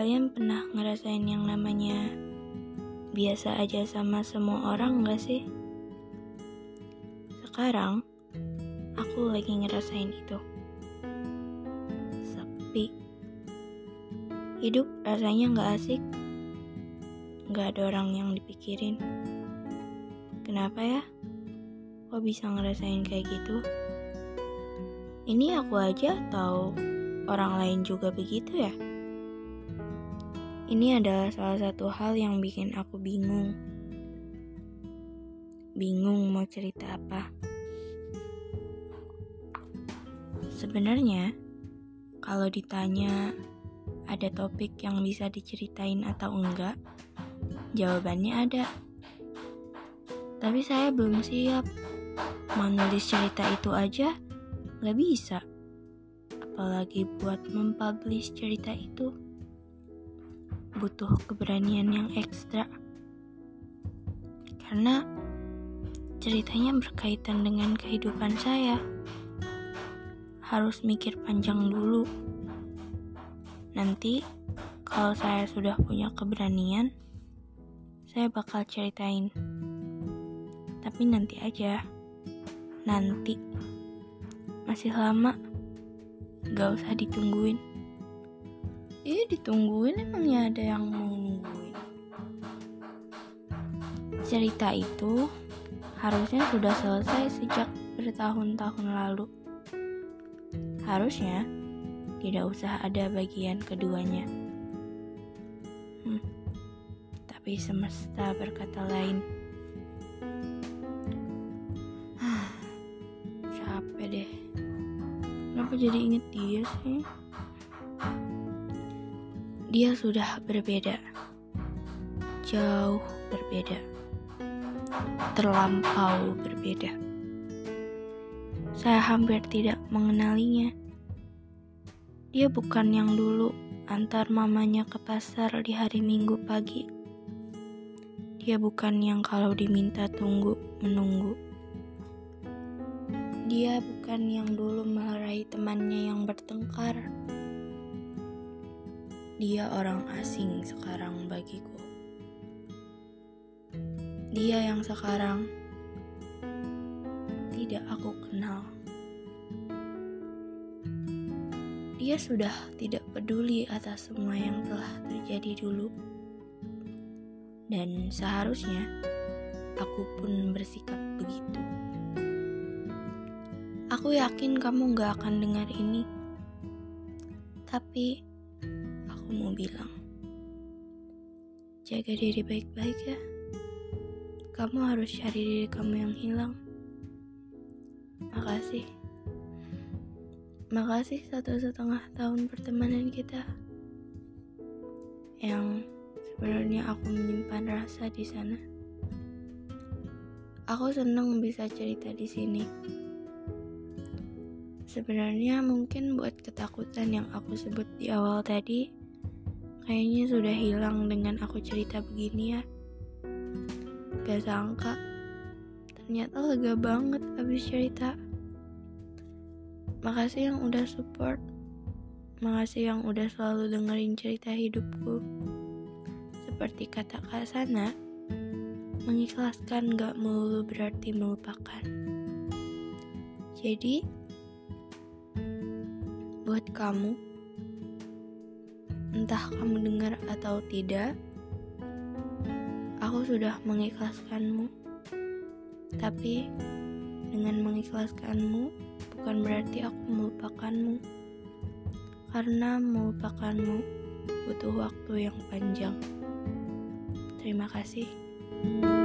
Kalian pernah ngerasain yang namanya biasa aja sama semua orang gak sih? Sekarang, aku lagi ngerasain itu. Sepi. Hidup rasanya gak asik. Gak ada orang yang dipikirin. Kenapa ya? Kok bisa ngerasain kayak gitu? Ini aku aja atau orang lain juga begitu ya? Ini adalah salah satu hal yang bikin aku bingung. Bingung mau cerita apa. Sebenarnya, kalau ditanya ada topik yang bisa diceritain atau enggak, jawabannya ada. Tapi saya belum siap. Mau nulis cerita itu aja gak bisa. Apalagi buat mempublish cerita itu. Butuh keberanian yang ekstra. Karena ceritanya berkaitan dengan kehidupan saya. Harus mikir panjang dulu. Nanti kalau saya sudah punya keberanian, saya bakal ceritain. Tapi nanti aja. Nanti. Masih lama. Gak usah ditungguin. Ditungguin emangnya ada yang mau nungguin. Cerita itu harusnya sudah selesai sejak bertahun-tahun lalu. Harusnya tidak usah ada bagian keduanya. Tapi semesta berkata lain. Capek deh. Kenapa jadi inget dia sih? Dia sudah berbeda. Jauh berbeda. Terlampau berbeda. Saya hampir tidak mengenalinya. Dia bukan yang dulu antar mamanya ke pasar di hari Minggu pagi. Dia bukan yang kalau diminta tunggu menunggu. Dia bukan yang dulu melerai temannya yang bertengkar. Dia orang asing sekarang bagiku. Dia yang sekarang tidak aku kenal. Dia sudah tidak peduli atas semua yang telah terjadi dulu. Dan seharusnya aku pun bersikap begitu. Aku yakin kamu gak akan dengar ini. Tapi aku mau bilang, jaga diri baik-baik ya. Kamu harus cari diri kamu yang hilang. Makasih 1,5 tahun pertemanan kita. Yang sebenarnya aku menyimpan rasa di sana. Aku senang bisa cerita di sini. Sebenarnya mungkin buat ketakutan yang aku sebut di awal tadi, kayaknya sudah hilang dengan aku cerita begini ya. Gak sangka, ternyata lega banget abis cerita. Makasih yang udah support. Makasih yang udah selalu dengerin cerita hidupku. Seperti kata Kak Sana, mengikhlaskan gak melulu berarti melupakan. Jadi, buat kamu, entah kamu dengar atau tidak, aku sudah mengikhlaskanmu. Tapi dengan mengikhlaskanmu bukan berarti aku melupakanmu. Karena melupakanmu butuh waktu yang panjang. Terima kasih.